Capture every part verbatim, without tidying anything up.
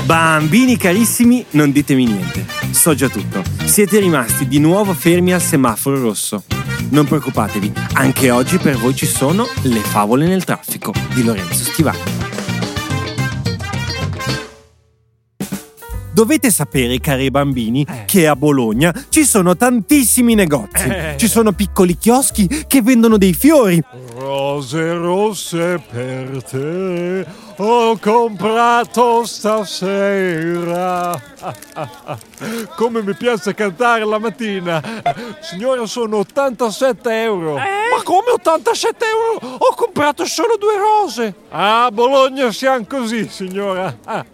Bambini carissimi, non ditemi niente. So già tutto. Siete rimasti di nuovo fermi al semaforo rosso. Non preoccupatevi, anche oggi per voi ci sono le favole nel traffico di Lorenzo Schivacca. Dovete sapere, cari bambini, eh. che a Bologna ci sono tantissimi negozi. Eh. Ci sono piccoli chioschi che vendono dei fiori. Rose rosse per te ho comprato stasera. Come mi piace cantare la mattina. Signora, sono ottantasette euro. Eh? Ma come ottantasette euro? Ho comprato solo due rose. A Bologna siamo così, signora.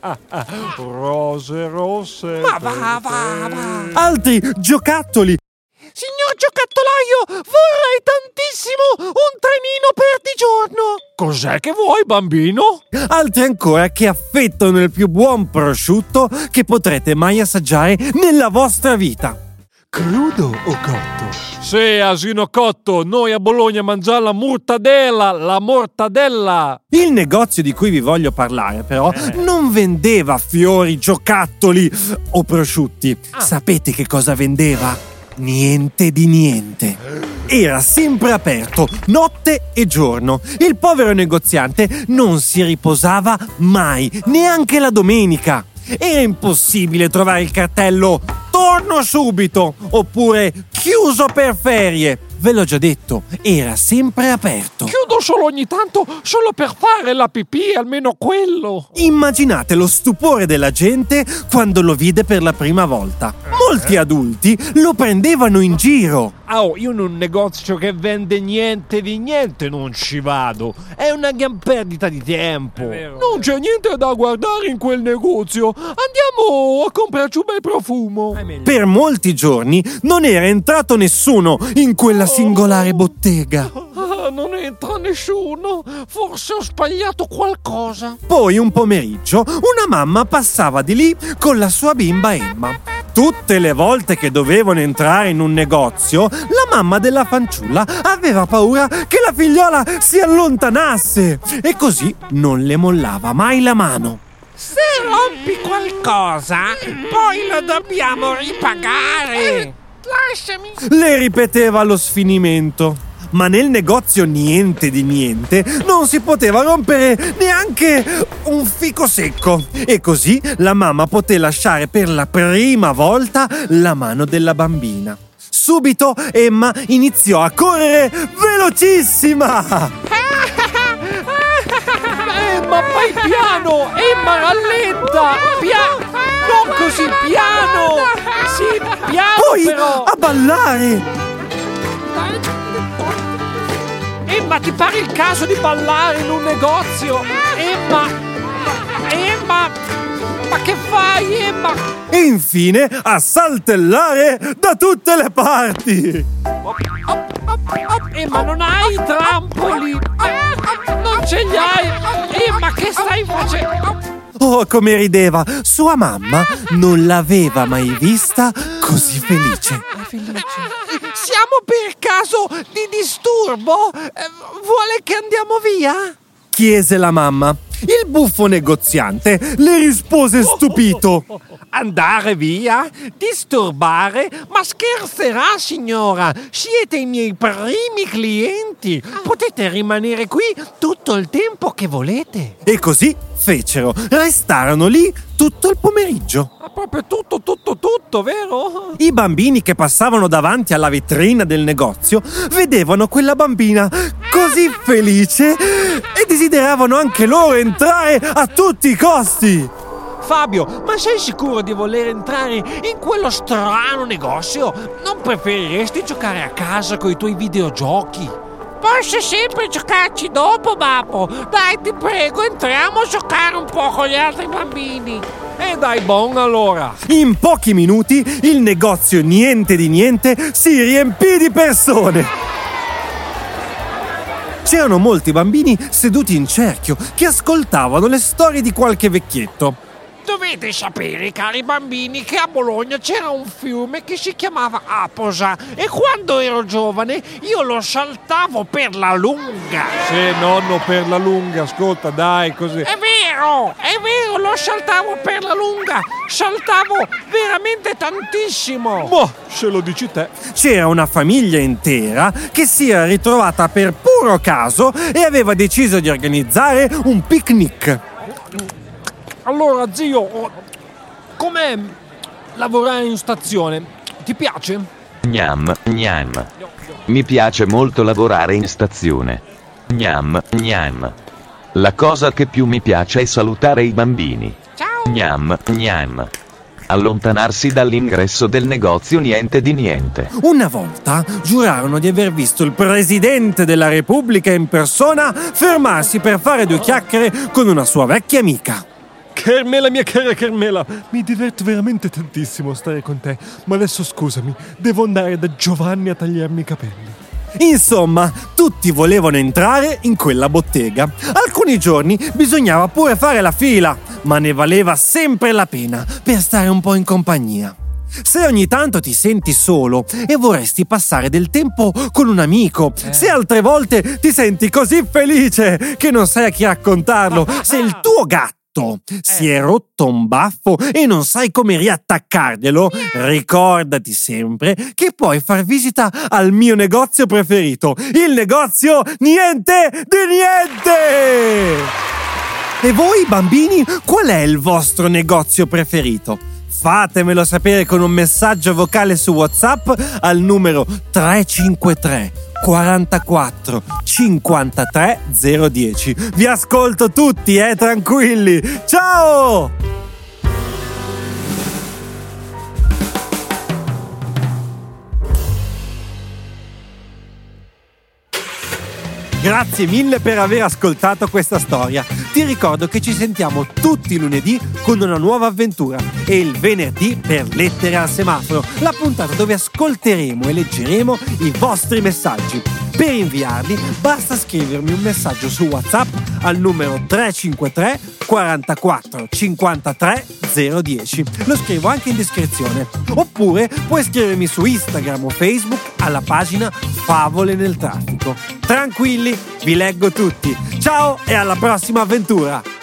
Rose rosse. Ma va, va, va. Altri giocattoli. Signor giocattolaio, vorrei tantissimo un trenino per di giorno. Cos'è che vuoi, bambino? Altri ancora che affettano il più buon prosciutto che potrete mai assaggiare nella vostra vita. Crudo o cotto? Sì, asino cotto. Noi a Bologna mangiamo la mortadella, la mortadella. Il negozio di cui vi voglio parlare, però, eh. non vendeva fiori, giocattoli o prosciutti. Ah. Sapete che cosa vendeva? Niente di niente. Era sempre aperto, notte e giorno. Il povero negoziante non si riposava mai, neanche la domenica. Era impossibile trovare il cartello "Torno subito" oppure "Chiuso per ferie". Ve l'ho già detto, era sempre aperto. Chiudo solo ogni tanto, solo per fare la pipì, almeno quello. Immaginate lo stupore della gente quando lo vide per la prima volta. Molti adulti lo prendevano in giro. Oh, io in un negozio che vende niente di niente non ci vado. È una gran perdita di tempo. Vero, non c'è niente da guardare in quel negozio. Andiamo a comprarci un bel profumo. Per molti giorni non era entrato nessuno in quella singolare bottega. Ah, non entra nessuno. Forse ho sbagliato qualcosa. Poi un pomeriggio una mamma passava di lì con la sua bimba Emma. Tutte le volte che dovevano entrare in un negozio, la mamma della fanciulla aveva paura che la figliola si allontanasse e così non le mollava mai la mano. Se rompi qualcosa, poi lo dobbiamo ripagare. Eh, lasciami. Le ripeteva allo sfinimento. Ma nel negozio niente di niente non si poteva rompere neanche un fico secco. E così la mamma poté lasciare per la prima volta la mano della bambina. Subito Emma iniziò a correre velocissima. Emma, fai piano! Emma, rallenta! Piano! Non così piano! Sì, piano. Poi però a ballare! Emma, ti pare il caso di ballare in un negozio? Emma! Emma! Ma che fai, Emma? E infine a saltellare da tutte le parti! Op, op, op, op. Emma, non hai i trampoli! Non ce li hai! Emma, che stai facendo? Oh, come rideva! Sua mamma non l'aveva mai vista così felice. Siamo per caso di disturbo? Vuole che andiamo via? Chiese la mamma. Il buffo negoziante le rispose stupito. Andare via? Disturbare? Ma scherzerà, signora? Siete i miei primi clienti. Potete rimanere qui tutto il tempo che volete. E così fecero. Restarono lì tutto il pomeriggio. Ma proprio tutto, tutto, tutto, vero? I bambini che passavano davanti alla vetrina del negozio vedevano quella bambina così felice e desideravano anche loro entrare a tutti i costi. Fabio, ma sei sicuro di voler entrare in quello strano negozio? Non preferiresti giocare a casa con i tuoi videogiochi? Posso sempre giocarci dopo, babbo. Dai, ti prego, entriamo a giocare un po' con gli altri bambini. E dai, buon allora. In pochi minuti il negozio niente di niente si riempì di persone. C'erano molti bambini seduti in cerchio che ascoltavano le storie di qualche vecchietto. Dove Dovete sapere, cari bambini, che a Bologna c'era un fiume che si chiamava Aposa e quando ero giovane io lo saltavo per la lunga. Sì, nonno, per la lunga, ascolta, dai, così. È vero, è vero, lo saltavo per la lunga, saltavo veramente tantissimo. Boh, se lo dici te. C'era una famiglia intera che si era ritrovata per puro caso e aveva deciso di organizzare un picnic. Allora, zio, com'è lavorare in stazione? Ti piace? Gnam, gnam. Mi piace molto lavorare in stazione. Gnam, gnam. La cosa che più mi piace è salutare i bambini. Ciao. Gnam, gnam. Allontanarsi dall'ingresso del negozio niente di niente. Una volta giurarono di aver visto il presidente della Repubblica in persona fermarsi per fare due chiacchiere con una sua vecchia amica. Carmela, mia cara Carmela, mi diverto veramente tantissimo stare con te, ma adesso scusami, devo andare da Giovanni a tagliarmi i capelli. Insomma, tutti volevano entrare in quella bottega. Alcuni giorni bisognava pure fare la fila, ma ne valeva sempre la pena per stare un po' in compagnia. Se ogni tanto ti senti solo e vorresti passare del tempo con un amico, eh. se altre volte ti senti così felice che non sai a chi raccontarlo, se il tuo gatto si è rotto un baffo e non sai come riattaccarglielo, ricordati sempre che puoi far visita al mio negozio preferito, il negozio Niente di Niente! E voi, bambini, qual è il vostro negozio preferito? Fatemelo sapere con un messaggio vocale su WhatsApp al numero tre cinque tre quarantaquattro cinquantatré zero dieci. Vi ascolto tutti, eh, tranquilli. Ciao! Grazie mille per aver ascoltato questa storia. Ti ricordo che ci sentiamo tutti i lunedì con una nuova avventura e il venerdì per Lettere al semaforo, la puntata dove ascolteremo e leggeremo i vostri messaggi. Per inviarli basta scrivermi un messaggio su WhatsApp al numero tre cinque tre quarantaquattro cinquantatré zero dieci. Lo scrivo anche in descrizione. Oppure puoi scrivermi su Instagram o Facebook alla pagina Favole nel traffico. Tranquilli, vi leggo tutti. Ciao e alla prossima avventura!